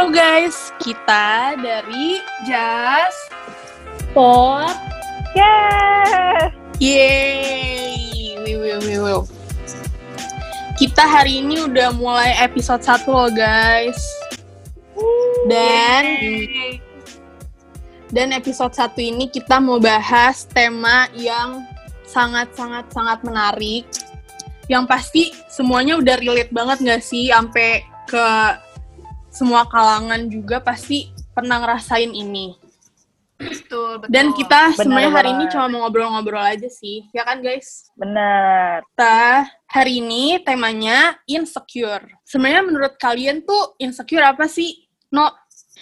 Halo guys, kita dari Just Podcast. Yeay. Wow. Kita hari ini udah mulai episode 1 loh guys. Dan episode 1 ini kita mau bahas tema yang sangat menarik. Yang pasti semuanya udah relate banget gak sih? Sampai ke semua kalangan juga pasti pernah ngerasain ini. Betul. Dan kita sebenarnya hari ini cuma mau ngobrol-ngobrol aja sih. Ya kan guys? Benar. Kita hari ini temanya insecure. Sebenarnya menurut kalian tuh insecure apa sih? No?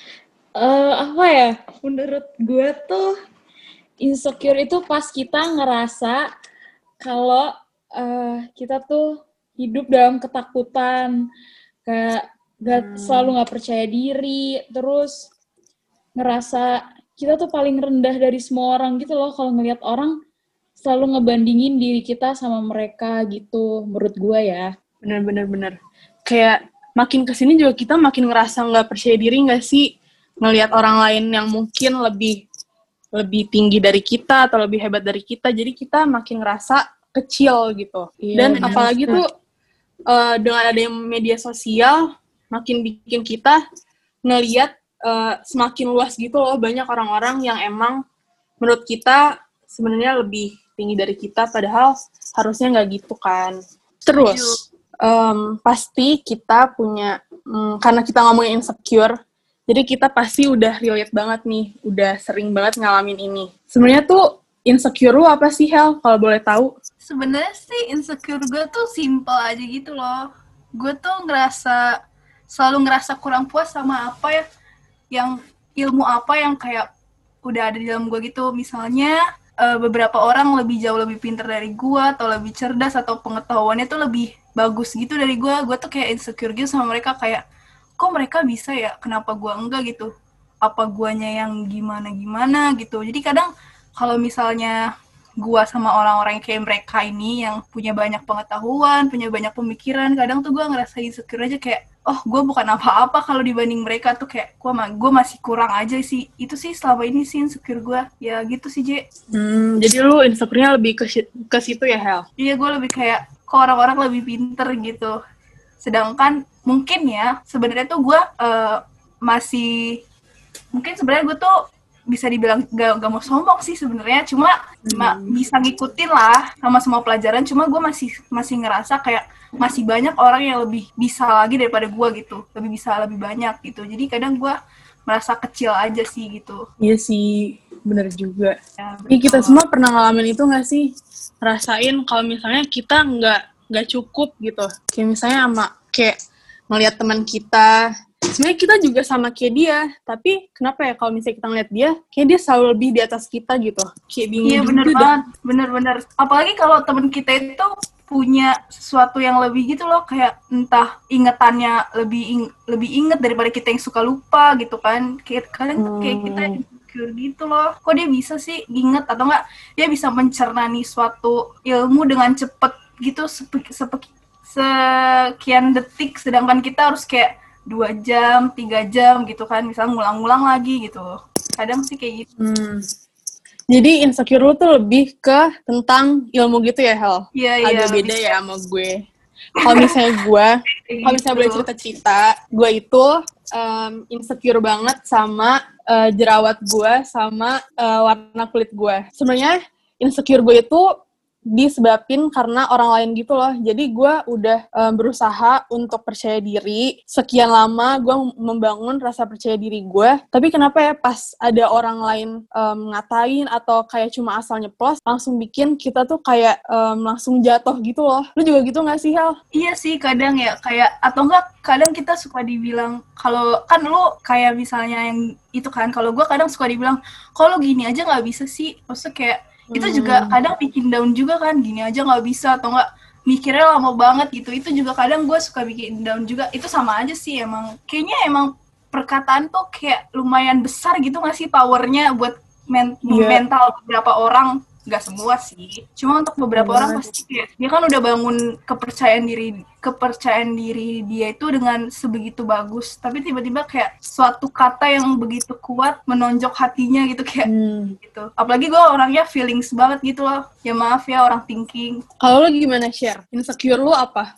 Apa ya? Menurut gue tuh insecure itu pas kita ngerasa kalau kita tuh hidup dalam ketakutan, kayak selalu nggak percaya diri, terus ngerasa kita tuh paling rendah dari semua orang gitu loh. Kalau ngelihat orang selalu ngebandingin diri kita sama mereka gitu, menurut gue ya. Bener. Kayak makin kesini juga kita makin ngerasa nggak percaya diri nggak sih? Ngelihat orang lain yang mungkin lebih tinggi dari kita atau lebih hebat dari kita, jadi kita makin ngerasa kecil gitu. Iya, dan apalagi tuh dengan adanya media sosial makin bikin kita ngelihat semakin luas gitu loh, banyak orang-orang yang emang menurut kita sebenarnya lebih tinggi dari kita, padahal harusnya nggak gitu kan. Terus pasti kita punya karena kita ngomongin insecure, jadi kita pasti udah relate banget nih, udah sering banget ngalamin ini. Sebenarnya tuh insecure lu apa sih, Hel, kalau boleh tahu? Sebenarnya sih insecure gue tuh simple aja gitu loh. Gue tuh selalu ngerasa kurang puas sama apa ya, yang ilmu apa yang kayak udah ada di dalam gue gitu. Misalnya beberapa orang jauh lebih pintar dari gue, atau lebih cerdas, atau pengetahuannya tuh lebih bagus gitu dari gue. Gue tuh kayak insecure gitu sama mereka, kayak kok mereka bisa ya, kenapa gue enggak gitu? Apa guanya yang gimana gitu. Jadi kadang kalau misalnya gue sama orang-orang kayak mereka ini yang punya banyak pengetahuan, punya banyak pemikiran, kadang tuh gue ngerasa insecure aja, kayak oh gue bukan apa-apa kalau dibanding mereka tuh, kayak gue masih kurang aja sih. Itu sih selama ini sih insecure gue, ya gitu sih Je. Jadi lu insecure-nya lebih ke situ ya, Hel? Iya, gue lebih kayak kok orang-orang lebih pinter gitu, sedangkan mungkin ya sebenarnya tuh gue masih, mungkin sebenarnya gue tuh bisa dibilang gak mau sombong sih sebenarnya, cuma bisa ngikutin lah sama semua pelajaran, cuma gue masih ngerasa kayak masih banyak orang yang lebih bisa lagi daripada gue gitu, lebih banyak gitu. Jadi kadang gue merasa kecil aja sih gitu. Iya sih, bener juga. Ya, Kita semua pernah ngalamin itu nggak sih? Rasain kalau misalnya kita nggak cukup gitu, kayak misalnya kayak ngelihat teman kita. Sebenarnya kita juga sama kayak dia, tapi kenapa ya kalau misalnya kita ngeliat dia, kayak dia selalu lebih di atas kita gitu. Kayak bingung. Iya, bener banget, bener. Apalagi kalau teman kita itu punya sesuatu yang lebih gitu loh, kayak entah ingetannya lebih inget daripada kita yang suka lupa gitu kan. Kadang kayak kita insecure gitu loh, kok dia bisa sih inget, atau enggak dia bisa mencerna nih suatu ilmu dengan cepet gitu, sekian detik, sedangkan kita harus kayak 2 jam, 3 jam gitu kan, misalnya ngulang-ngulang lagi gitu. Kadang sih kayak gitu. Jadi insecure lu tuh lebih ke tentang ilmu gitu ya, Hel? Iya. Agak beda ya sama gue. Kalau misalnya boleh cerita-cerita, gue itu insecure banget sama jerawat gue, sama warna kulit gue. Sebenarnya insecure gue itu disebabin karena orang lain gitu loh. Jadi gue udah berusaha untuk percaya diri. Sekian lama gue membangun rasa percaya diri gue. Tapi kenapa ya pas ada orang lain ngatain atau kayak cuma asal nyeplos, langsung bikin kita tuh kayak langsung jatuh gitu loh. Lu juga gitu gak sih, Hel? Iya sih, kadang ya kayak, atau enggak kadang kita suka dibilang, kalau kan lu kayak misalnya yang itu kan, kalau gue kadang suka dibilang, kalau gini aja gak bisa sih. Maksudnya kayak itu juga kadang bikin down juga kan, gini aja nggak bisa, atau nggak mikirnya lama banget gitu. Itu juga kadang gue suka bikin down juga. Itu sama aja sih, emang kayaknya emang perkataan tuh kayak lumayan besar gitu nggak sih powernya buat mental beberapa orang nggak semua sih, cuma untuk beberapa orang pasti kayak dia kan udah bangun kepercayaan diri dia itu dengan sebegitu bagus, tapi tiba-tiba kayak suatu kata yang begitu kuat menonjok hatinya gitu kayak gitu. Apalagi gue orangnya feelings banget gitu loh, ya maaf ya orang thinking. Kalau lo gimana, Share? Insecure lo apa?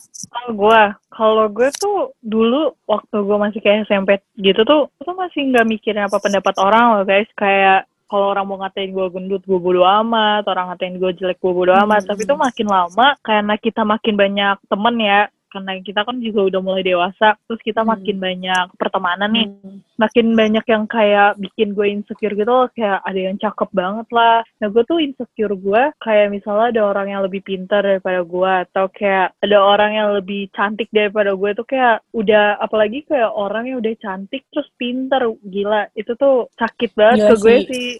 Kalau gue tuh dulu waktu gue masih kayak SMP gitu tuh masih nggak mikirin apa pendapat orang loh guys. Kayak kalau orang mau ngatain gue gendut, gue bodo amat. Orang ngatain gue jelek, gue bodo amat. Tapi tuh makin lama, karena kita makin banyak temen ya, karena kita kan juga udah mulai dewasa, terus kita makin banyak pertemanan nih. Makin banyak yang kayak bikin gue insecure gitu loh, kayak ada yang cakep banget lah. Nah gue tuh insecure gue, kayak misalnya ada orang yang lebih pintar daripada gue, atau kayak ada orang yang lebih cantik daripada gue, tuh kayak udah, apalagi kayak orang yang udah cantik terus pintar, gila. Itu tuh sakit banget Gila ke gue sih. sih.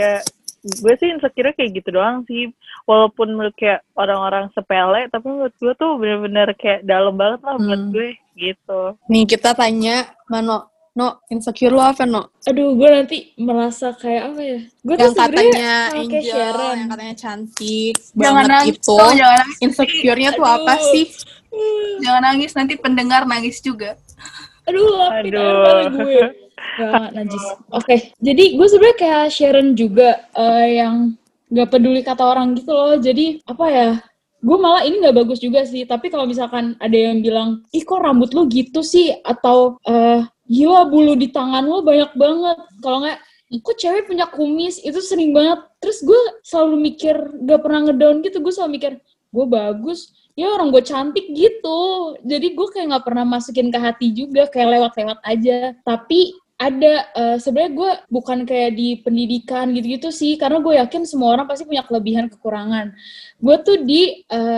Gue sih insecure kayak gitu doang sih. Walaupun menurut kayak orang-orang sepele, tapi menurut gue tuh bener-bener kayak dalam banget lah buat gue gitu. Nih kita tanya, Mano, insecure lo apa, No? Aduh, gue nanti merasa kayak apa ya? Gue tuh Yang sebenarnya katanya sama kayak Angel, Sharon. yang katanya cantik Jangan banget nangis, itu. jangan nangis. Insecure-nya tuh Aduh. apa sih? Jangan nangis, nanti pendengar nangis juga. Aduh, lapin air mata gue. Gak najis. Oke, jadi gue sebenarnya kayak Sharon juga yang gak peduli kata orang gitu loh. Jadi apa ya? Gue malah ini gak bagus juga sih. Tapi kalau misalkan ada yang bilang, ih kok rambut lu gitu sih? Atau gila bulu di tangan lu banyak banget. Kalau nggak, kok cewek punya kumis? Itu sering banget. Terus gue selalu mikir, gak pernah ngedown gitu. Gue selalu mikir, gue bagus. Ya orang gue cantik gitu. Jadi gue kayak gak pernah masukin ke hati juga. Kayak lewat-lewat aja. Tapi ada, sebenarnya gue bukan kayak di pendidikan gitu-gitu sih. Karena gue yakin semua orang pasti punya kelebihan kekurangan. Gue tuh di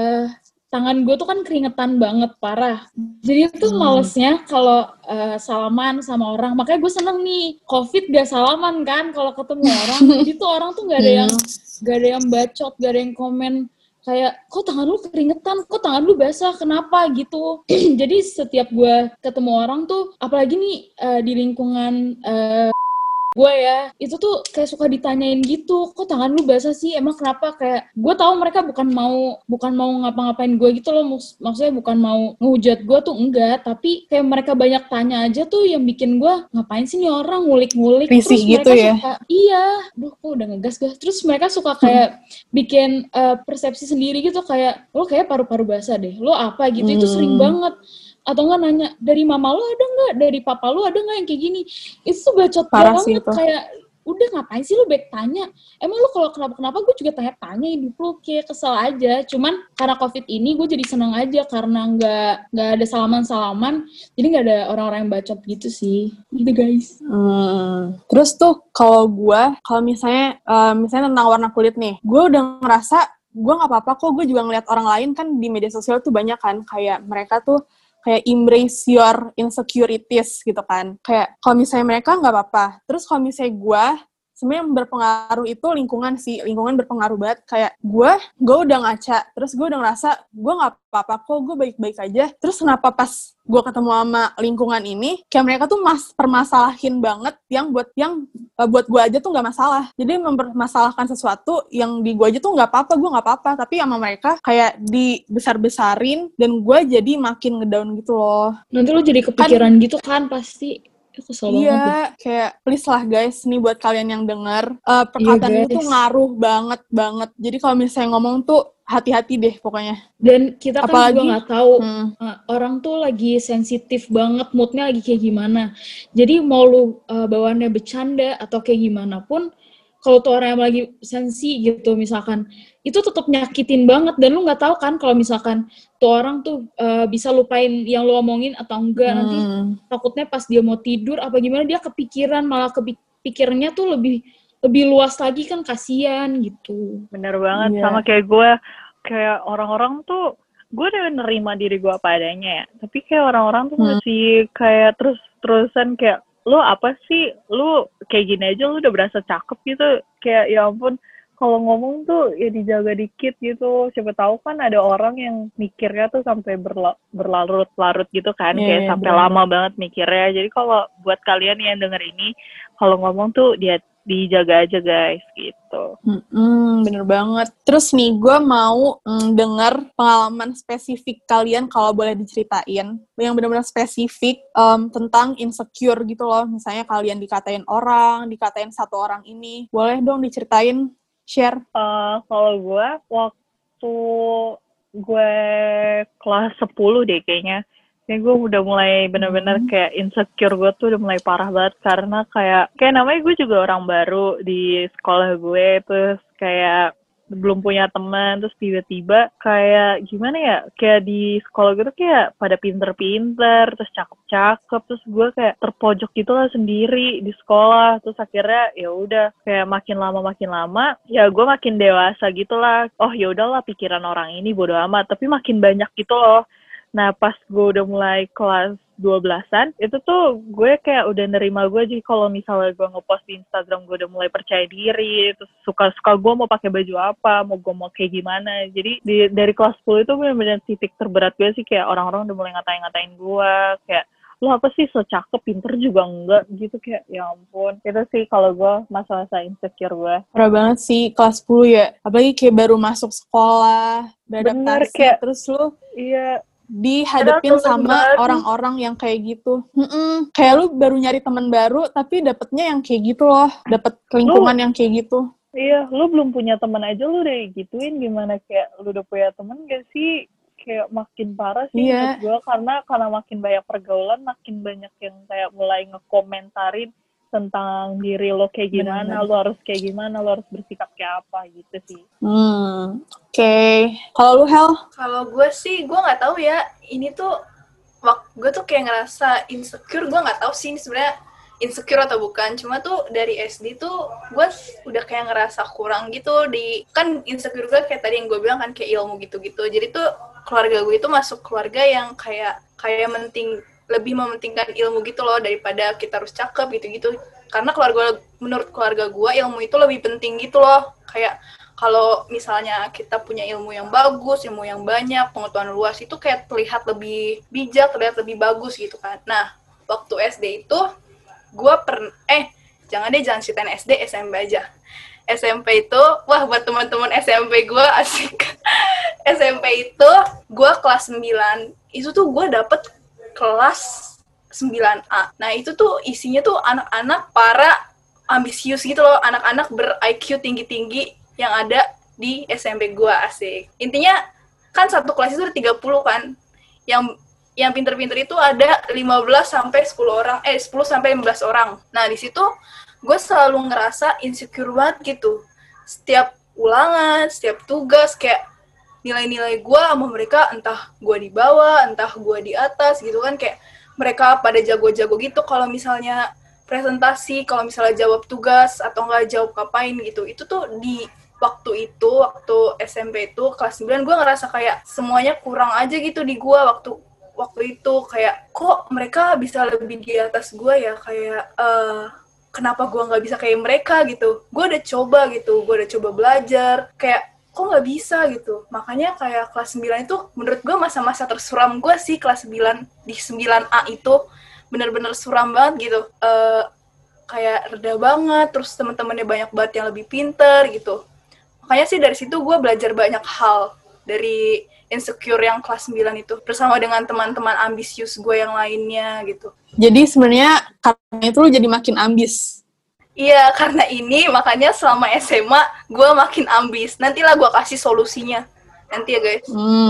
tangan gue tuh kan keringetan banget, parah. Jadi tuh malesnya kalau salaman sama orang. Makanya gue seneng nih, COVID gak salaman kan kalau ketemu orang. Jadi tuh orang tuh gak ada yang bacot, gak ada yang komen kayak, kok tangan lu keringetan, kok tangan lu basah, kenapa gitu. Jadi setiap gue ketemu orang tuh, apalagi nih di lingkungan gue ya, itu tuh kayak suka ditanyain gitu, kok tangan lu basah sih, emang kenapa? Kayak gue tahu mereka bukan mau ngapa-ngapain gue gitu loh, maksudnya bukan mau ngehujat gue tuh, enggak, tapi kayak mereka banyak tanya aja tuh yang bikin gue, ngapain sih nih orang ngulik-ngulik, Risih terus gitu mereka ya? suka, iya, kok udah ngegas gue, terus mereka suka kayak bikin persepsi sendiri gitu, kayak, lo kayak paru-paru basah deh, lo apa gitu, itu sering banget. Atau enggak nanya, dari mama lo ada enggak? Dari papa lo ada enggak yang kayak gini? Itu tuh bacot Parah banget, sih itu. kayak, udah ngapain sih lo baik tanya? Emang lo kalau kenapa-kenapa gue juga tanya-tanya hidup lo, kayak kesel aja. Cuman karena COVID ini gue jadi seneng aja, karena nggak ada salaman-salaman, jadi nggak ada orang-orang yang bacot gitu sih. Gitu guys. Terus tuh kalau misalnya tentang warna kulit nih, gue udah ngerasa gue nggak apa-apa kok. Gue juga ngeliat orang lain kan di media sosial tuh banyak kan, kayak mereka tuh kayak embrace your insecurities gitu kan. Kayak kalau misalnya mereka nggak apa-apa. Terus kalau misalnya gue, sebenarnya yang berpengaruh itu lingkungan berpengaruh banget. Kayak gue udah ngaca, terus gue udah ngerasa gue nggak apa-apa kok, gue baik-baik aja. Terus kenapa pas gue ketemu sama lingkungan ini, kayak mereka tuh permasalahin banget yang buat gue aja tuh nggak masalah. Jadi mempermasalahkan sesuatu yang di gue aja tuh nggak apa-apa, gue nggak apa-apa. Tapi sama mereka kayak dibesar-besarin dan gue jadi makin ngedown gitu loh. Nanti lo jadi kepikiran gitu kan pasti. Kesel banget deh. Iya, kayak please lah guys, nih buat kalian yang denger, perkataan itu tuh ngaruh banget. Jadi kalau misalnya ngomong tuh hati-hati deh pokoknya. Dan kita kan Apalagi, juga nggak tahu orang tuh lagi sensitif banget, moodnya lagi kayak gimana. Jadi mau lu bawaannya bercanda atau kayak gimana pun, kalau tuh orang yang lagi sensi gitu misalkan, itu tetap nyakitin banget. Dan lu nggak tahu kan kalau misalkan tuh orang tuh bisa lupain yang lu omongin atau enggak. Nanti takutnya pas dia mau tidur apa gimana, dia kepikiran, malah pikirnya tuh lebih luas lagi kan, kasihan gitu. Bener banget, Iya. sama kayak gue. Kayak orang-orang tuh, gue udah nerima diri gue apa adanya ya. Tapi kayak orang-orang tuh masih kayak terus-terusan kayak, lo apa sih? Lo kayak gini aja lo udah berasa cakep gitu. Kayak ya ampun, kalau ngomong tuh ya dijaga dikit gitu. Siapa tahu kan ada orang yang mikirnya tuh sampai berlarut-larut gitu kan. Iya, Kayak sampai lama banget mikirnya. Jadi kalau buat kalian yang denger ini, kalau ngomong tuh dijaga aja guys gitu. Bener banget. Terus nih, gue mau dengar pengalaman spesifik kalian kalau boleh diceritain, yang benar-benar spesifik tentang insecure gitu loh. Misalnya kalian dikatain orang, dikatain satu orang ini. Boleh dong diceritain, share. Kalau gue, waktu gue kelas 10 deh kayaknya, gue udah mulai bener-bener kayak insecure gue tuh udah mulai parah banget karena kayak namanya gue juga orang baru di sekolah gue, terus kayak belum punya teman, terus tiba-tiba kayak gimana ya, kayak di sekolah gue tuh kayak pada pinter-pinter, terus cakep-cakep, terus gue kayak terpojok gitu lah sendiri di sekolah. Terus akhirnya ya udah kayak makin lama ya gue makin dewasa gitu lah. Oh ya udahlah, pikiran orang ini bodo amat, tapi makin banyak gitu loh. Nah, pas gue udah mulai kelas 12-an, itu tuh gue kayak udah nerima gue aja kalau misalnya gue ngepost di Instagram, gue udah mulai percaya diri, terus suka-suka gue mau pakai baju apa, gue mau kayak gimana. Jadi dari kelas 10 itu bener-bener titik terberat gue sih, kayak orang-orang udah mulai ngatain gue, kayak lo apa sih so cakep, pinter juga enggak gitu, kayak ya ampun. Itu sih kalau gue masa-masa insecure gue. Parah banget sih kelas 10 ya, apalagi kayak baru masuk sekolah, beradaptasi, kayak, terus lo iya, dihadapin sama orang-orang yang kayak gitu. Kayak lu baru nyari teman baru, tapi dapetnya yang kayak gitu loh. Dapet lingkungan yang kayak gitu. Iya, lu belum punya teman aja lu udah gituin, gimana kayak lu udah punya teman gak sih? Kayak makin parah sih menurut gue, karena makin banyak pergaulan, makin banyak yang kayak mulai ngekomentarin tentang diri lo kayak gimana, lo harus kayak gimana, lo harus bersikap kayak apa gitu sih. Oke. Kalau lu, Hel? Kalau gue sih, gue nggak tahu ya. Ini tuh, gue tuh kayak ngerasa insecure. Gue nggak tahu sih ini sebenarnya insecure atau bukan. Cuma tuh dari SD tuh gue udah kayak ngerasa kurang gitu. Kan insecure gue kayak tadi yang gue bilang kan, kayak ilmu gitu-gitu. Jadi tuh keluarga gue itu masuk keluarga yang kayak lebih mementingkan ilmu gitu loh daripada kita harus cakep gitu-gitu. Karena menurut keluarga gue ilmu itu lebih penting gitu loh. Kayak kalau misalnya kita punya ilmu yang bagus, ilmu yang banyak, pengetahuan luas, itu kayak terlihat lebih bijak, terlihat lebih bagus gitu kan. Nah, waktu SD itu gue jangan ceritain SD, SMP aja. SMP itu, wah buat teman-teman SMP gue asik. SMP itu gue kelas 9, itu tuh gue dapet kelas 9A. Nah, itu tuh isinya tuh anak-anak para ambisius gitu loh, anak-anak ber-IQ tinggi-tinggi yang ada di SMP gue, asik. Intinya, kan satu kelas itu ada 30 kan. Yang pinter-pinter itu ada 15 sampai 10 orang, 10 sampai 15 orang. Nah, di situ gue selalu ngerasa insecure banget gitu. Setiap ulangan, setiap tugas, kayak nilai-nilai gue sama mereka, entah gue di bawah, entah gue di atas gitu kan, kayak mereka pada jago-jago gitu kalau misalnya presentasi, kalau misalnya jawab tugas atau nggak jawab ngapain gitu. Itu tuh di waktu SMP itu kelas 9 gue ngerasa kayak semuanya kurang aja gitu di gue waktu itu, kayak kok mereka bisa lebih di atas gue ya, kayak kenapa gue nggak bisa kayak mereka gitu. Gue udah coba belajar, kayak kok nggak bisa gitu. Makanya kayak kelas 9 itu menurut gue masa-masa tersuram gue sih, kelas 9 di 9A itu bener-bener suram banget gitu. Kayak reda banget, terus teman-temannya banyak banget yang lebih pinter gitu. Makanya sih dari situ gue belajar banyak hal dari insecure yang kelas 9 itu, bersama dengan teman-teman ambisius gue yang lainnya gitu. Jadi sebenarnya karena itu lu jadi makin ambis. Iya, karena ini makanya selama SMA gue makin ambis. Nantilah gue kasih solusinya. Nanti ya guys.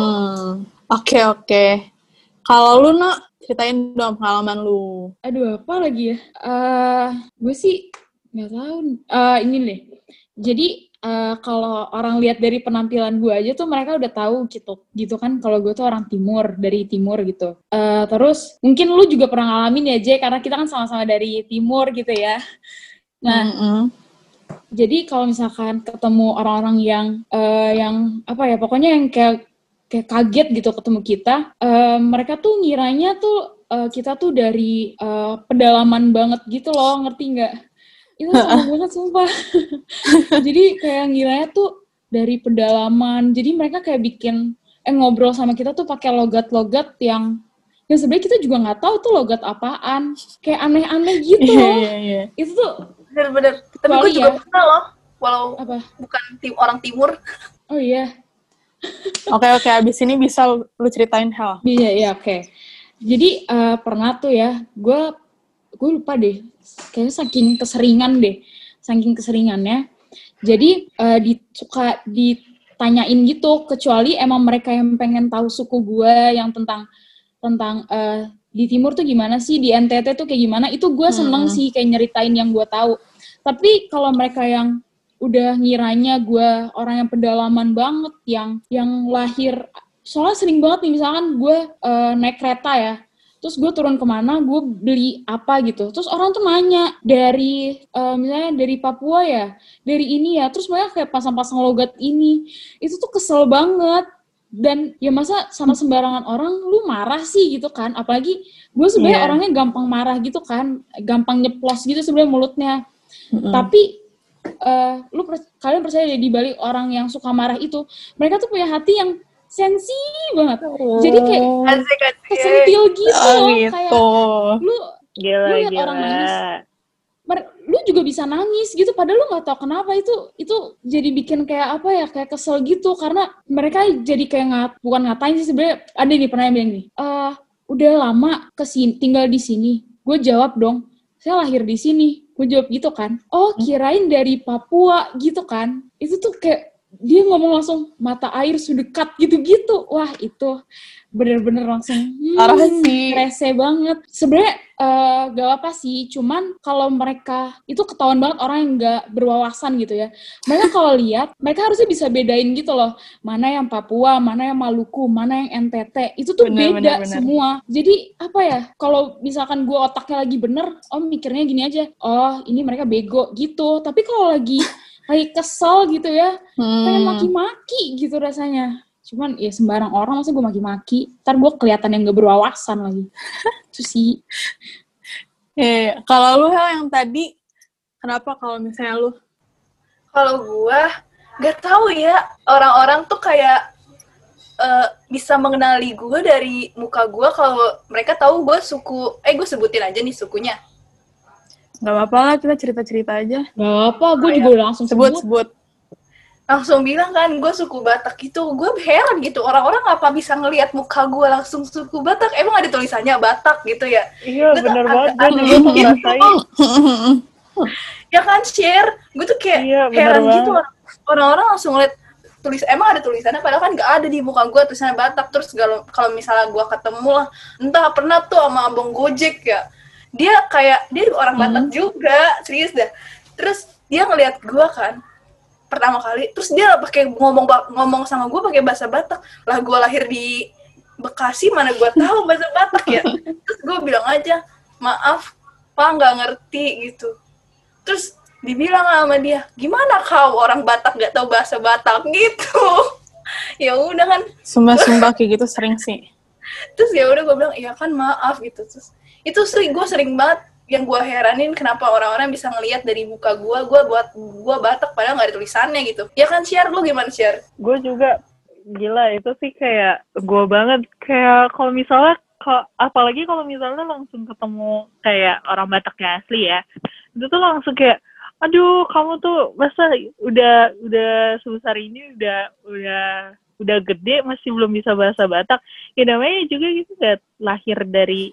Oke. Kalau lu, Nak, ceritain dong pengalaman lu. Aduh, apa lagi ya? Gue sih nggak tahu. Ini deh. Jadi kalau orang lihat dari penampilan gue aja tuh mereka udah tahu gitu kan, kalau gue tuh orang dari timur gitu. Terus mungkin lu juga pernah ngalamin ya, Jay, karena kita kan sama-sama dari timur gitu ya. Nah, jadi kalau misalkan ketemu orang-orang yang apa ya, pokoknya yang kayak kaget gitu ketemu kita, mereka tuh ngiranya tuh kita tuh dari pedalaman banget gitu loh, ngerti nggak? Itu sama banget sumpah. Jadi kayak ngiranya tuh dari pedalaman, jadi mereka kayak bikin ngobrol sama kita tuh pakai logat-logat yang sebenarnya kita juga nggak tahu tuh logat apaan, kayak aneh-aneh gitu loh. Itu tuh Bener-bener. Tapi gue Kecuali juga ya. pernah loh, walau Apa? bukan orang timur. Oh iya. Oke, abis ini bisa lu ceritain Hel. Iya, iya, oke. Jadi pernah tuh ya, gue lupa deh, kayaknya saking keseringannya. Jadi suka ditanyain gitu, kecuali emang mereka yang pengen tahu suku gue yang tentang di timur tuh gimana sih, di NTT tuh kayak gimana, itu gue seneng sih kayak nyeritain yang gue tahu. Tapi kalau mereka yang udah ngiranya gue orang yang pedalaman banget, yang lahir, soalnya sering banget nih, misalkan gue naik kereta ya, terus gue turun kemana, gue beli apa gitu, terus orang tuh nanya, misalnya dari Papua ya, dari ini ya, terus mereka kayak pasang-pasang logat ini, itu tuh kesel banget. Dan ya masa sama sembarangan orang lu marah sih gitu kan, apalagi gue sebenarnya orangnya gampang marah gitu kan, gampang nyeplos gitu sebenarnya mulutnya. Tapi kalian percaya deh, di balik orang yang suka marah itu, mereka tuh punya hati yang sensi banget. Jadi kayak kesentil gitu loh, kayak lu lihat orang nangis, lu juga bisa nangis gitu, padahal lu nggak tahu kenapa. Itu jadi bikin kayak apa ya, kayak kesel gitu, karena mereka jadi kayak bukan ngatain sih sebenarnya. Ada nih pernah yang bilang nih, udah lama tinggal di sini. Gue jawab dong, saya lahir di sini. Gue jawab gitu kan. Oh, kirain dari Papua gitu kan. Itu tuh kayak dia ngomong langsung mata air sudekat gitu-gitu. Wah, itu bener-bener langsung rese banget. Sebenarnya gak apa sih, cuman kalau mereka itu ketahuan banget orang yang gak berwawasan gitu ya. Mereka kalau lihat, mereka harusnya bisa bedain gitu loh, mana yang Papua, mana yang Maluku, mana yang NTT. Itu tuh beda semua. Jadi apa ya, kalau misalkan gue otaknya lagi bener, mikirnya gini aja, oh ini mereka bego gitu. Tapi kalau lagi kesel gitu ya, pengen maki-maki gitu rasanya. Cuman ya sembarang orang, masa gue maki-maki, ntar gue kelihatan yang gak berwawasan lagi. Itu sih. Kalau lu Hel yang tadi, kenapa kalau misalnya lu? Kalau gue gak tahu ya, orang-orang tuh kayak bisa mengenali gue dari muka gue. Kalau mereka tahu gue suku, gue sebutin aja nih sukunya. Gak apa-apa lah, kita cerita-cerita aja. Gak apa, gue juga udah langsung sebut. Langsung bilang kan, gue suku Batak gitu. Gue heran gitu, orang-orang apa bisa ngelihat muka gue langsung suku Batak. Emang ada tulisannya Batak gitu ya? Iya, bener banget. Gue juga tuh ngerasain. Ya kan, share. Gue tuh kayak heran gitu. Orang-orang langsung ngeliat emang ada tulisannya, padahal kan gak ada di muka gue tulisannya Batak. Terus kalau misalnya gue ketemu lah, entah pernah tuh sama abang Gojek ya, dia orang Batak juga, serius dah. Terus dia ngeliat gue kan pertama kali, terus dia pakai ngomong sama gue pakai bahasa Batak. Lah gue lahir di Bekasi, mana gue tahu bahasa Batak ya. Terus gue bilang aja, maaf Pak, nggak ngerti gitu. Terus dibilang sama dia, gimana kau orang Batak nggak tahu bahasa Batak gitu. Ya udah kan, sumpah kayak gitu sering sih. Terus ya udah gue bilang, iya kan maaf gitu. Terus itu gue sering banget yang gue heranin, kenapa orang-orang bisa ngelihat dari muka gue Batak padahal nggak ada tulisannya gitu. Ya kan, Share, lu gimana, Share? Gue juga, gila, itu sih kayak gue banget. Kayak kalau misalnya, apalagi kalau misalnya langsung ketemu kayak orang Bataknya asli ya, itu tuh langsung kayak, aduh kamu tuh masa udah sebesar ini, udah gede masih belum bisa bahasa Batak. Ya namanya juga gitu, gak lahir dari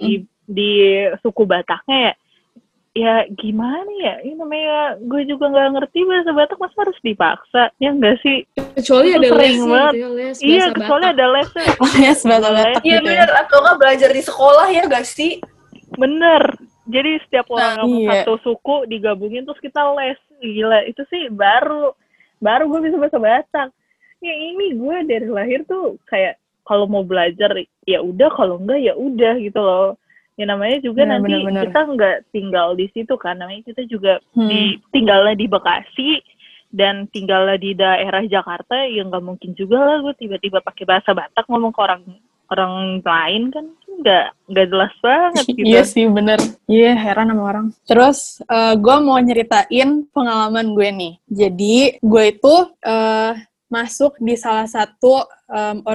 di suku Bataknya ya gimana ya, ini namanya gue juga nggak ngerti bahasa Batak, masa harus dipaksa, ya nggak sih? Kecuali ada lesnya gitu ya, les bahasa iya, kecuali Batak. ada lesnya. Les bahasa Batak. Iya bener, atau nggak belajar di sekolah ya gak sih? Bener, jadi setiap orang satu suku digabungin terus kita les. Gila, itu sih baru gue bisa bahasa Batak. Ya ini gue dari lahir tuh kayak kalau mau belajar ya udah, kalau enggak ya udah gitu loh. Ya namanya juga nanti bener. Kita nggak tinggal di situ kan, namanya kita juga tinggalnya di Bekasi dan tinggalnya di daerah Jakarta, ya nggak mungkin juga lah gue tiba-tiba pakai bahasa Batak ngomong ke orang lain, kan nggak jelas banget gitu. Iya sih bener, heran sama orang. Terus gue mau nyeritain pengalaman gue nih. Jadi gue itu masuk di salah satu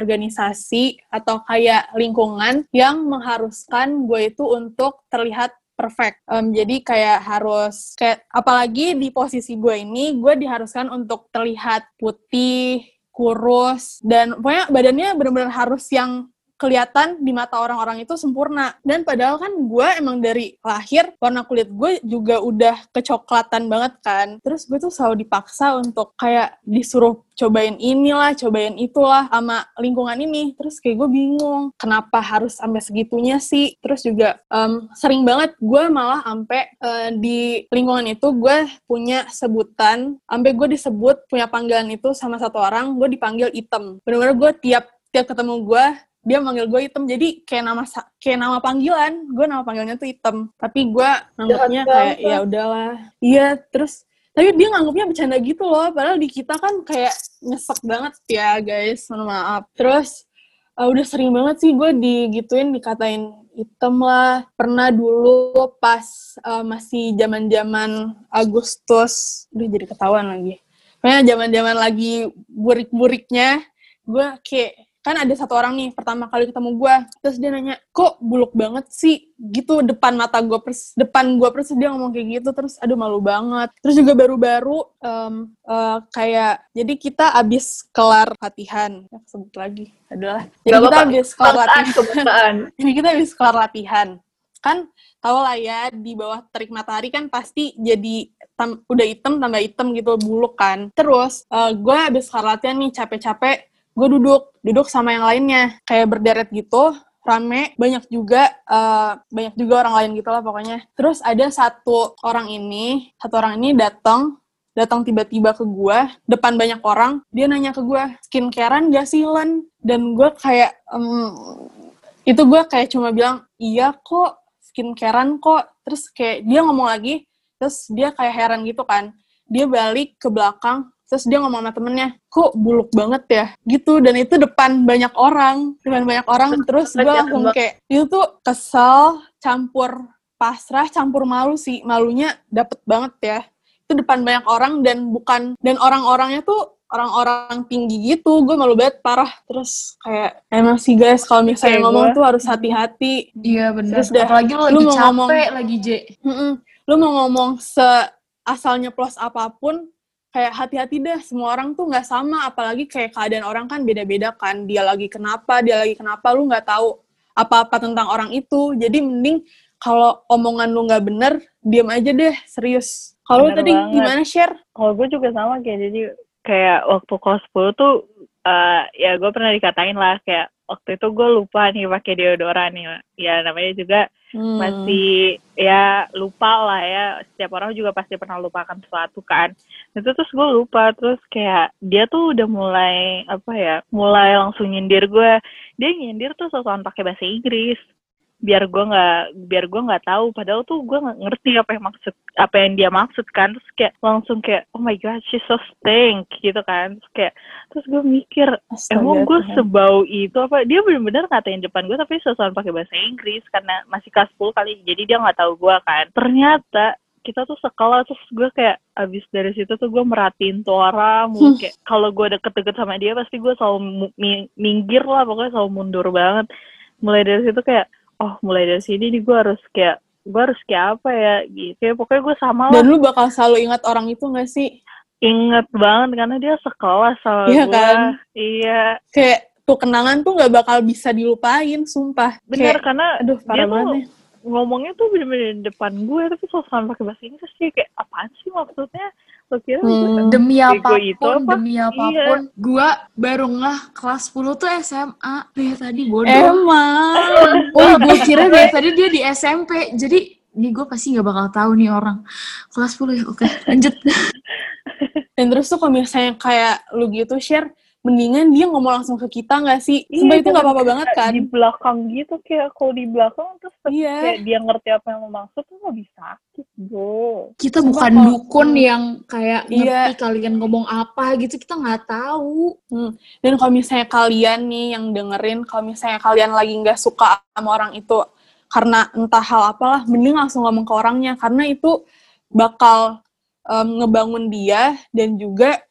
organisasi atau kayak lingkungan yang mengharuskan gue itu untuk terlihat perfect. Jadi kayak harus, kayak apalagi di posisi gue ini, gue diharuskan untuk terlihat putih, kurus, dan pokoknya badannya benar-benar harus yang kelihatan di mata orang-orang itu sempurna. Dan padahal kan gue emang dari lahir warna kulit gue juga udah kecoklatan banget kan. Terus gue tuh selalu dipaksa untuk kayak disuruh cobain inilah, cobain itulah sama lingkungan ini. Terus kayak gue bingung kenapa harus sampai segitunya sih. Terus juga sering banget gue malah sampai di lingkungan itu gue punya sebutan, sampai gue disebut punya panggilan itu sama satu orang, gue dipanggil Item. Bener-bener gue tiap ketemu gue, dia manggil gue Item, jadi kayak nama panggilan, gue nama panggilannya tuh Item, tapi gue nganggapnya kayak ya udahlah, iya. Terus tapi dia nganggapnya bercanda gitu loh, padahal di kita kan kayak nyesek banget ya guys, mohon maaf. Terus udah sering banget sih gue digituin, dikatain Item lah. Pernah dulu pas masih zaman-zaman Agustus, udah jadi ketahuan lagi, pokoknya zaman-zaman lagi burik-buriknya, gue kayak, kan ada satu orang nih pertama kali ketemu gue, terus dia nanya, kok buluk banget sih gitu depan mata gue, depan gue persis dia ngomong kayak gitu. Terus aduh malu banget. Terus juga baru-baru kayak, jadi kita abis kelar latihan, ya sebut lagi adalah, jadi kita abis kelar latihan jadi kita abis kelar latihan kan, tau lah ya, di bawah terik matahari kan pasti jadi udah hitam tambah hitam gitu, buluk kan. Terus gue abis kelar latihan nih, capek-capek, gue duduk sama yang lainnya, kayak berderet gitu, rame, banyak juga orang lain gitu lah pokoknya. Terus ada satu orang ini datang tiba-tiba ke gue, depan banyak orang, dia nanya ke gue, skincarean gak sih Len? Dan gue kayak, itu gue kayak cuma bilang, iya kok, skincarean kok. Terus kayak dia ngomong lagi, terus dia kayak heran gitu kan, dia balik ke belakang, terus dia ngomong sama temennya, kok buluk banget ya? Gitu, dan itu depan banyak orang. Terus gue langsung kayak, itu tuh kesel, campur pasrah, campur malu sih. Malunya dapet banget ya. Itu depan banyak orang, dan orang-orangnya tuh orang-orang tinggi gitu. Gue malu banget, parah. Terus kayak, emang sih guys, kalau misalnya ngomong tuh harus hati-hati. Iya benar. Terus apalagi lu lagi capek lagi, J. Lu mau ngomong asal nyeplos apapun, kayak hati-hati deh, semua orang tuh nggak sama, apalagi kayak keadaan orang kan beda-beda kan, dia lagi kenapa, lu nggak tahu apa-apa tentang orang itu. Jadi mending kalau omongan lu nggak bener, diam aja deh, serius. Kalau tadi banget. Gimana, share? Kalau gue juga sama, jadi kayak waktu kelas 10 tuh, ya gue pernah dikatain lah, kayak waktu itu gue lupa nih pakai deodoran nih, ya namanya juga masih ya lupa lah ya, setiap orang juga pasti pernah lupakan sesuatu kan. Itu terus gue lupa, terus kayak dia tuh udah mulai langsung nyindir gue. Dia nyindir tuh sosokan pakai bahasa Inggris, biar gue nggak tahu, padahal tuh gue nggak ngerti apa yang dia maksud kan. Terus kayak langsung kayak, oh my god, she's so stink gitu kan. Terus gue mikir, emang gue sebau itu apa? Dia benar-benar ngatain depan gue tapi sosokan pakai bahasa Inggris karena masih kelas 10 kali, jadi dia nggak tahu gue kan. Ternyata kita tuh sekolah. Terus gue kayak abis dari situ tuh gue merhatiin tuh orang, kayak kalau gue deket-deket sama dia pasti gue selalu minggir lah, pokoknya selalu mundur banget. Mulai dari situ kayak, mulai dari sini nih gue harus kayak apa ya gitu ya, pokoknya gue sama lah. Dan lu bakal selalu ingat orang itu gak sih? Ingat banget, karena dia sekelas sama gue. Kan? Iya. Kayak tuh kenangan tuh gak bakal bisa dilupain, sumpah. Bener, kayak, karena aduh, dia tuh ngomongnya tuh bener-bener depan gue, tapi sosokan pakai bahasa Inggris sih, kayak apaan sih maksudnya? Lo kira demi apapun, iya. Gue baru kelas 10 tuh SMA. Dari tadi bodoh. Emang. Gue kira dari tadi dia di SMP. Jadi ini gue pasti gak bakal tahu nih orang. Kelas 10 ya, oke, lanjut. Dan terus tuh kalau misalnya kayak lu gitu, share, mendingan dia ngomong langsung ke kita gak sih? Sumpah itu gak apa-apa banget kan? Di belakang gitu, kayak kalau di belakang terus kayak dia ngerti apa yang lo maksud tuh lebih sakit, bro. Kita bukan dukun yang kayak ngerti kalian ngomong apa gitu, kita gak tahu. Dan kalau misalnya kalian nih yang dengerin, kalau misalnya kalian lagi gak suka sama orang itu karena entah hal apalah, mending langsung ngomong ke orangnya, karena itu bakal ngebangun dia dan juga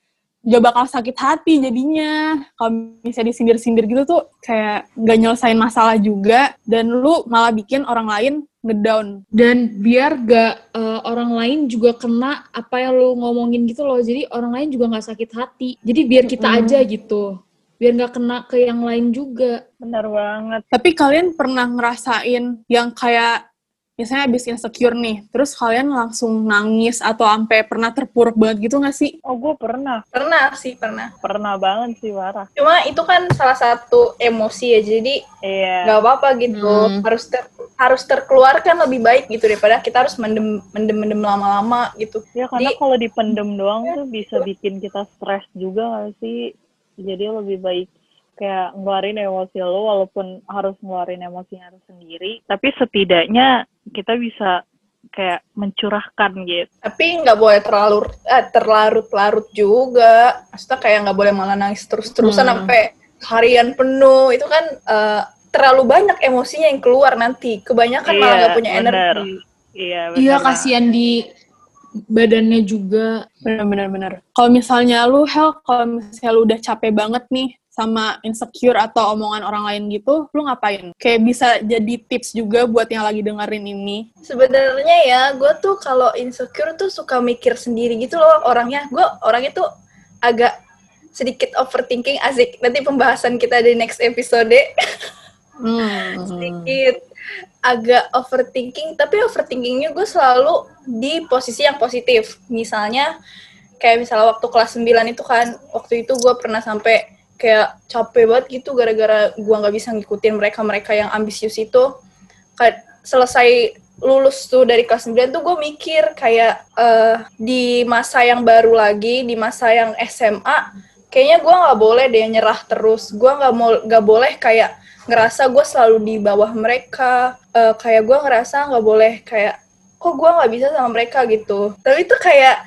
gak bakal sakit hati jadinya. Kalau misalnya disindir-sindir gitu tuh kayak gak nyelesain masalah juga, dan lu malah bikin orang lain ngedown. Dan biar gak orang lain juga kena apa yang lu ngomongin gitu loh, jadi orang lain juga gak sakit hati. Jadi biar kita aja gitu, biar gak kena ke yang lain juga. Benar banget. Tapi kalian pernah ngerasain yang kayak misalnya abis insecure nih, terus kalian langsung nangis atau sampai pernah terpuruk banget gitu gak sih? Oh, gue pernah. Pernah sih, pernah. Pernah banget sih, parah. Cuma itu kan salah satu emosi ya, jadi Iya. nggak apa-apa gitu. Harus terkeluarkan lebih baik gitu daripada kita harus mendem lama-lama gitu. Ya, karena Jadi, kalau dipendem doang tuh bisa bikin kita stres juga gak sih? Jadi lebih baik kayak ngeluarin emosi lo, walaupun harus ngeluarin emosinya harus sendiri, tapi setidaknya kita bisa kayak mencurahkan gitu. tapi nggak boleh terlarut-larut juga. Maksudnya kayak nggak boleh malah nangis terus-terusan sampai harian penuh. Itu kan terlalu banyak emosinya yang keluar nanti. Kebanyakan malah nggak punya energi. Iya, Iya, kasihan di badannya juga. Bener. Kalau misalnya lu, kalau misalnya lu udah capek banget nih sama insecure atau omongan orang lain gitu, lu ngapain? Kayak bisa jadi tips juga buat yang lagi dengerin ini. Sebenarnya ya, gue tuh kalau insecure tuh suka mikir sendiri gitu loh orangnya. Gue orangnya tuh agak sedikit overthinking, asik. Nanti pembahasan kita di next episode. Sedikit agak overthinking, tapi overthinkingnya gue selalu di posisi yang positif. Misalnya, kayak misalnya waktu kelas 9 itu kan, waktu itu gue pernah sampai kayak capek banget gitu gara-gara gue nggak bisa ngikutin mereka yang ambisius itu. Kayak selesai lulus tuh dari kelas 9 tuh gue mikir kayak di masa yang baru lagi, di masa yang SMA, kayaknya gue nggak boleh deh nyerah terus. Gue nggak boleh kayak ngerasa gue selalu di bawah mereka. Kayak gue ngerasa nggak boleh kayak kok gue nggak bisa sama mereka gitu. Tapi itu kayak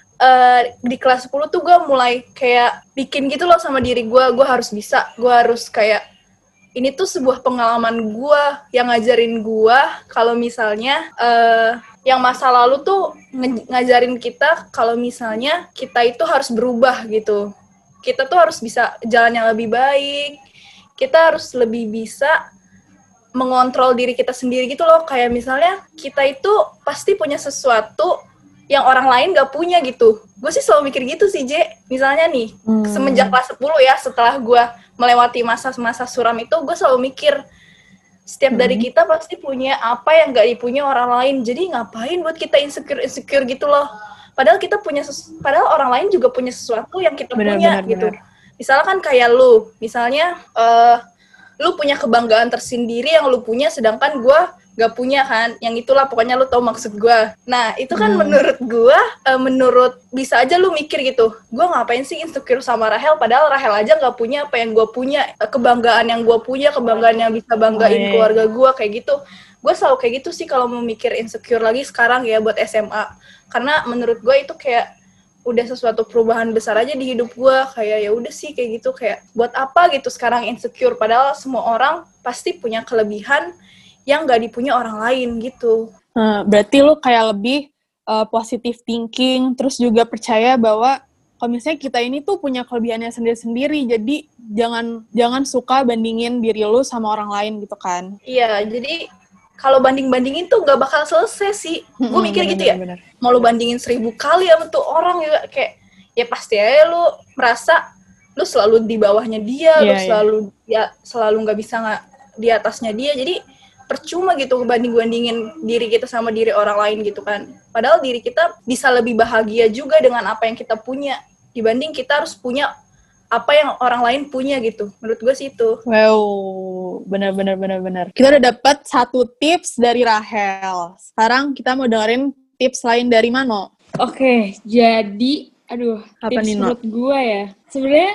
di kelas 10 tuh gue mulai kayak bikin gitu loh sama diri gue harus bisa, gue harus kayak ini tuh sebuah pengalaman gue yang ngajarin gue kalau misalnya yang masa lalu tuh ngajarin kita kalau misalnya kita itu harus berubah gitu, kita tuh harus bisa jalan yang lebih baik, kita harus lebih bisa mengontrol diri kita sendiri gitu loh. Kayak misalnya kita itu pasti punya sesuatu yang orang lain gak punya gitu. Gue sih selalu mikir gitu sih, J. Misalnya nih, semenjak kelas 10 ya, setelah gue melewati masa-masa suram itu, gue selalu mikir, setiap dari kita pasti punya apa yang gak dipunya orang lain. Jadi ngapain buat kita insecure gitu loh. Padahal kita punya, padahal orang lain juga punya sesuatu yang kita punya gitu. Misalkan kayak lu, misalnya lu punya kebanggaan tersendiri yang lu punya, sedangkan gue gak punya kan, yang itulah pokoknya lu tau maksud gue. Nah itu kan menurut gue, menurut bisa aja lu mikir gitu, gue ngapain sih insecure sama Rahel, padahal Rahel aja gak punya apa yang gue punya, kebanggaan yang gue punya, kebanggaan yang bisa banggain keluarga gue, kayak gitu. Gue selalu kayak gitu sih kalau mau mikir insecure lagi sekarang ya buat SMA, karena menurut gue itu kayak udah sesuatu perubahan besar aja di hidup gue, kayak ya udah sih kayak gitu, kayak buat apa gitu sekarang insecure, padahal semua orang pasti punya kelebihan yang gak dipunya orang lain gitu. Berarti lu kayak lebih positive thinking, terus juga percaya bahwa kalau misalnya kita ini tuh punya kelebihannya sendiri-sendiri, jadi jangan suka bandingin diri lu sama orang lain gitu kan. Iya, jadi kalau banding-bandingin tuh gak bakal selesai sih. Gue mikir gitu ya, mau lu bandingin 1000 kali sama tuh orang juga kayak, ya pasti aja lu merasa lu selalu di bawahnya dia, lu selalu gak bisa di atasnya dia, jadi percuma gitu banding-bandingin diri kita sama diri orang lain gitu kan. Padahal diri kita bisa lebih bahagia juga dengan apa yang kita punya, dibanding kita harus punya apa yang orang lain punya gitu. Menurut gue sih itu. Wow, benar. Kita udah dapat 1 tips dari Rahel. Sekarang kita mau dengerin tips lain dari Mano. Oke, jadi apa tips nih, menurut gue ya. Sebenarnya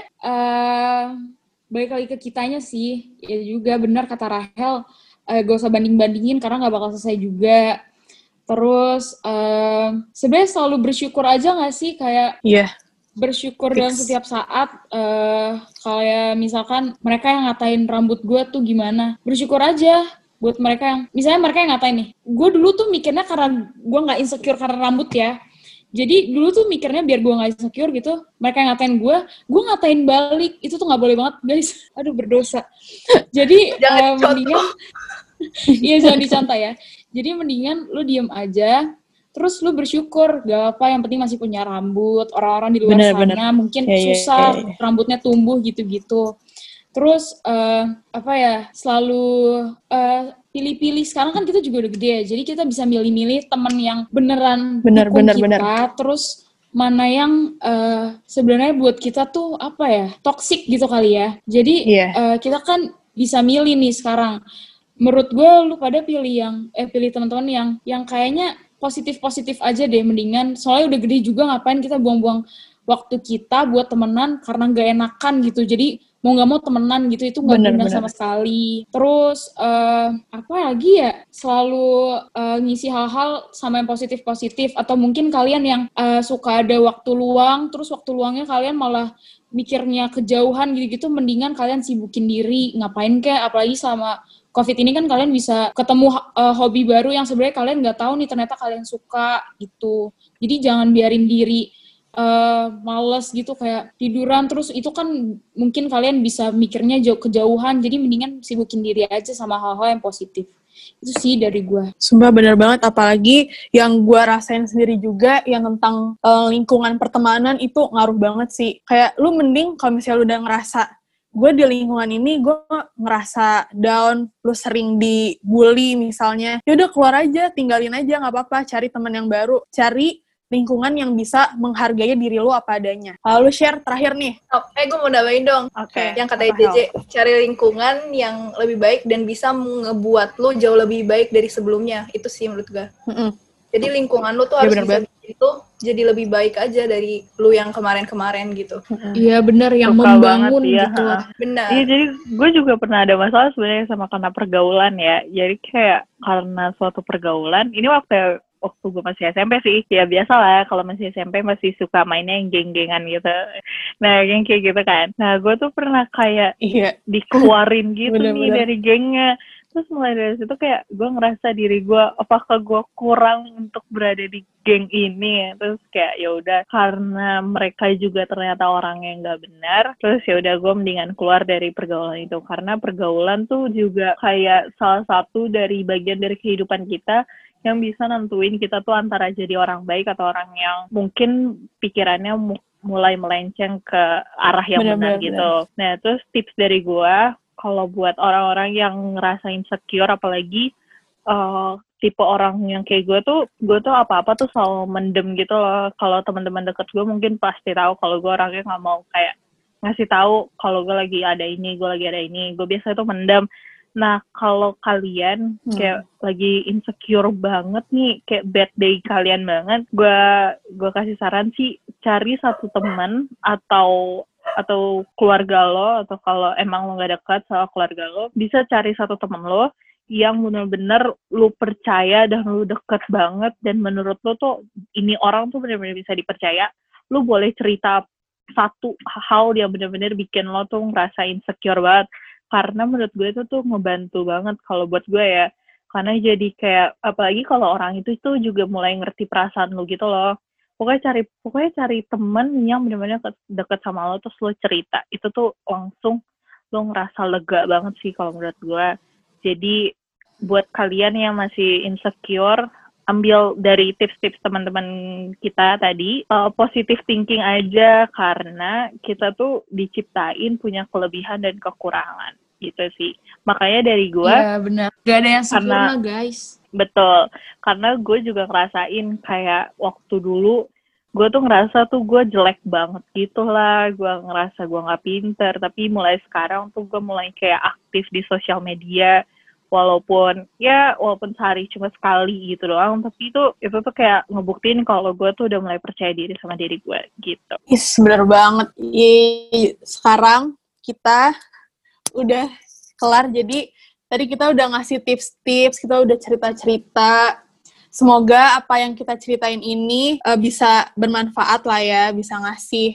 balik lagi ke kitanya sih. Ya juga benar kata Rahel, gak usah banding-bandingin karena gak bakal selesai juga. Terus sebenarnya selalu bersyukur aja gak sih, kayak bersyukur dalam setiap saat. Kayak misalkan mereka yang ngatain rambut gue tuh gimana, bersyukur aja buat mereka yang, misalnya mereka yang ngatain nih, gue dulu tuh mikirnya karena gue gak insecure karena rambut ya, Jadi dulu tuh mikirnya biar gue gak insecure gitu, mereka yang ngatain gue ngatain balik. Itu tuh gak boleh banget guys. Aduh berdosa. Jadi mendingan, iya jangan dicontoh ya. Jadi mendingan lu diem aja, terus lu bersyukur, gak apa, yang penting masih punya rambut. Orang-orang di luar sana mungkin susah rambutnya tumbuh gitu-gitu. Terus selalu pilih-pilih. Sekarang kan kita juga udah gede ya, jadi kita bisa milih-milih teman yang beneran dukung kita. Terus mana yang sebenarnya buat kita tuh toxic gitu kali ya. Jadi kita kan bisa milih nih sekarang. Menurut gue lu pada pilih teman-teman yang kayaknya positif aja deh, mendingan. Soalnya udah gede juga, ngapain kita buang-buang waktu kita buat temenan karena gak enakan gitu. Jadi mau gak mau temenan gitu, itu gak guna sama sekali. Terus lagi ya, selalu ngisi hal-hal sama yang positif-positif. Atau mungkin kalian yang suka ada waktu luang, terus waktu luangnya kalian malah mikirnya kejauhan gitu-gitu, mendingan kalian sibukin diri, ngapain kek. Apalagi selama COVID ini kan kalian bisa ketemu hobi baru yang sebenarnya kalian gak tahu nih ternyata kalian suka gitu. Jadi jangan biarin diri males gitu, kayak tiduran terus. Itu kan mungkin kalian bisa mikirnya kejauhan, jadi mendingan sibukin diri aja sama hal-hal yang positif. Itu sih dari gue. Sumpah bener banget, apalagi yang gue rasain sendiri juga yang tentang lingkungan pertemanan itu ngaruh banget sih. Kayak lu mending kalau misalnya lu udah ngerasa gue di lingkungan ini gue ngerasa down, lu sering dibully misalnya, yaudah keluar aja, tinggalin aja, nggak apa-apa, cari teman yang baru, cari lingkungan yang bisa menghargai diri lu apa adanya. Lalu share terakhir nih. Gue mau nambahin dong. Oke. Yang kata JJ, cari lingkungan yang lebih baik dan bisa ngebuat lu jauh lebih baik dari sebelumnya. Itu sih menurut gue. Jadi lingkungan lu tuh harus bisa bikin itu jadi lebih baik aja dari lu yang kemarin-kemarin gitu. Iya benar, yang suka membangun banget, gitu. Benar. Iya, jadi gue juga pernah ada masalah sebenarnya sama karena pergaulan ya. Jadi kayak karena suatu pergaulan, ini waktu gue masih SMP sih, ya biasa lah kalau masih SMP masih suka mainnya yang geng-gengan gitu. Nah, yang kayak gitu kan. Nah, gue tuh pernah kayak dikeluarin gitu nih dari gengnya. Terus mulai dari situ kayak gue ngerasa diri gue, apakah gue kurang untuk berada di geng ini? Terus kayak ya udah, karena mereka juga ternyata orang yang nggak benar. Terus ya udah, gue mendingan keluar dari pergaulan itu, karena pergaulan tuh juga kayak salah satu dari bagian dari kehidupan kita yang bisa nentuin kita tuh antara jadi orang baik atau orang yang mungkin pikirannya mulai melenceng ke arah yang benar gitu. Nah, terus tips dari gue, kalau buat orang-orang yang ngerasa insecure, apalagi tipe orang yang kayak gue tuh apa-apa tuh selalu mendem gitu loh. Kalau teman-teman deket gue mungkin pasti tahu kalau gue orangnya nggak mau kayak ngasih tahu kalau gue lagi ada ini, gue biasa tuh mendem. Nah, kalau kalian kayak lagi insecure banget nih, kayak bad day kalian banget, gue kasih saran sih, cari satu teman atau keluarga lo, atau kalau emang lo gak dekat sama keluarga lo, bisa cari satu teman lo yang benar-benar lo percaya dan lo deket banget, dan menurut lo tuh ini orang tuh benar-benar bisa dipercaya. Lo boleh cerita satu hal yang benar-benar bikin lo tuh ngerasa insecure banget. Karena menurut gue itu tuh ngebantu banget kalau buat gue ya. Karena jadi kayak, apalagi kalau orang itu juga mulai ngerti perasaan lo gitu loh. Pokoknya cari temen yang benar-benar deket sama lo, terus lo cerita. Itu tuh langsung lo ngerasa lega banget sih kalau menurut gue. Jadi buat kalian yang masih insecure, ambil dari tips-tips teman-teman kita tadi, positive thinking aja, karena kita tuh diciptain punya kelebihan dan kekurangan gitu sih. Makanya dari gue, iya benar, gak ada yang sempurna guys. Betul, karena gue juga ngerasain kayak waktu dulu gue tuh ngerasa tuh gue jelek banget gitu lah, gue ngerasa gue gak pinter, tapi mulai sekarang tuh gue mulai kayak aktif di sosial media, walaupun sehari cuma sekali gitu doang, tapi itu tuh kayak ngebuktiin kalau gue tuh udah mulai percaya diri sama diri gue gitu. Bener banget. Sekarang kita udah kelar, jadi tadi kita udah ngasih tips-tips, kita udah cerita-cerita. Semoga apa yang kita ceritain ini bisa bermanfaat lah ya, bisa ngasih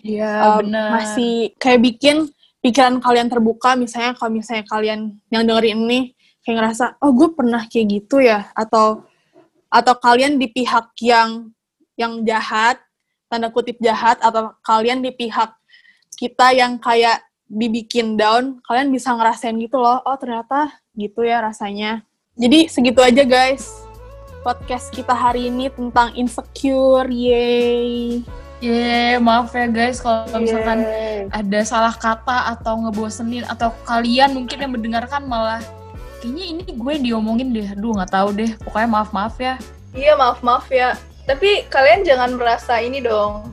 kayak bikin pikiran kalian terbuka. Misalnya kalau misalnya kalian yang dengerin ini kayak ngerasa, oh gue pernah kayak gitu ya, atau kalian di pihak yang yang jahat, tanda kutip jahat, atau kalian di pihak kita yang kayak dibikin down, kalian bisa ngerasain gitu loh, oh ternyata gitu ya rasanya. Jadi segitu aja guys, podcast kita hari ini tentang insecure, yeay. Maaf ya guys kalau misalkan ada salah kata atau ngebosenin, atau kalian mungkin yang mendengarkan malah kayaknya ini gue diomongin deh, aduh nggak tahu deh, pokoknya maaf ya. Iya maaf ya, tapi kalian jangan merasa ini dong,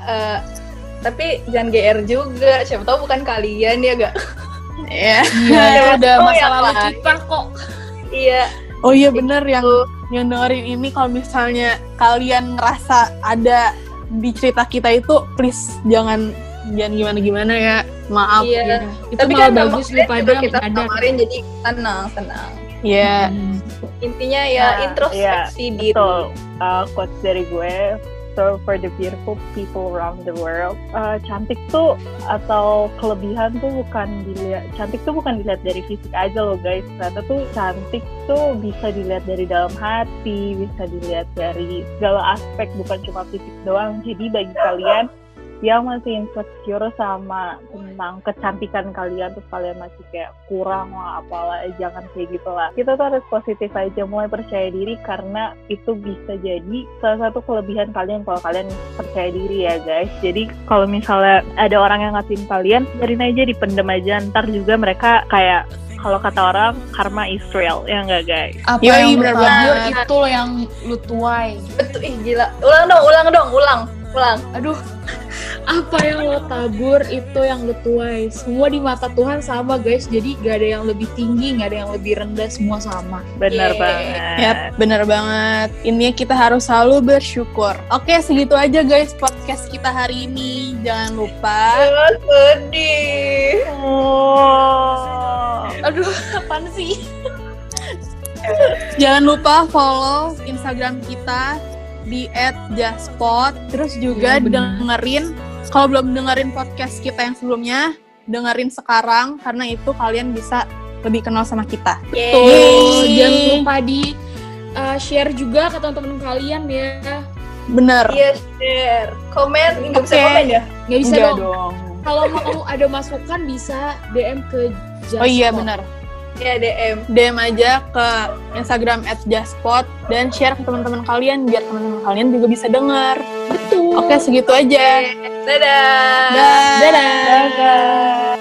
tapi jangan GR juga, siapa tahu bukan kalian ya gak? Iya, itu udah masa lalu kita kok. Iya. Oh iya bener, yang dengerin ini kalau misalnya kalian ngerasa ada di cerita kita itu, please jangan gimana-gimana ya, maaf. Iya. Itu Tapi malah kan bagus lu pada kita ada. kemarin jadi tenang. Iya. Intinya ya introspeksi diri. Betul. Quotes dari gue. So for the beautiful people around the world, cantik tuh atau kelebihan tuh cantik tuh bukan dilihat dari fisik aja loh guys. Ternyata tuh cantik tuh bisa dilihat dari dalam hati, bisa dilihat dari segala aspek, bukan cuma fisik doang. Jadi bagi kalian yang masih insecure sama tentang kecantikan kalian, terus kalian masih kayak kurang lah apalah, jangan kayak gitu lah. Kita tuh harus positif aja, mulai percaya diri, karena itu bisa jadi salah satu kelebihan kalian kalau kalian percaya diri ya guys. Jadi kalau misalnya ada orang yang ngatain kalian, biarin aja, dipendem aja, ntar juga mereka kayak, kalau kata orang, karma is real, ya nggak guys? Apa yang lu tabur itu lo yang lu tuai. Betul, gila. Ulang. Aduh, apa yang lo tabur itu yang lo tuai. Semua di mata Tuhan sama guys, jadi gak ada yang lebih tinggi, gak ada yang lebih rendah, semua sama. Bener banget. Yap, bener banget. Intinya kita harus selalu bersyukur. Oke, segitu aja guys podcast kita hari ini. Jangan lupa. Sedih. Aduh, apaan sih? Jangan lupa follow Instagram kita di @jaspot. Terus juga dengerin, kalau belum dengerin podcast kita yang sebelumnya, dengerin sekarang, karena itu kalian bisa lebih kenal sama kita. Betul. Jangan lupa di share juga ke teman-teman kalian ya. Bener. Iya, share. Komen, nggak bisa komen ya? Nggak bisa Enggak dong. Kalau mau ada masukan bisa DM ke Jaspot. Oh iya bener. Ya, DM aja ke Instagram @jaspot dan share ke teman-teman kalian biar teman-teman kalian juga bisa dengar. Betul. Oke, segitu aja. Dadah. Dadah.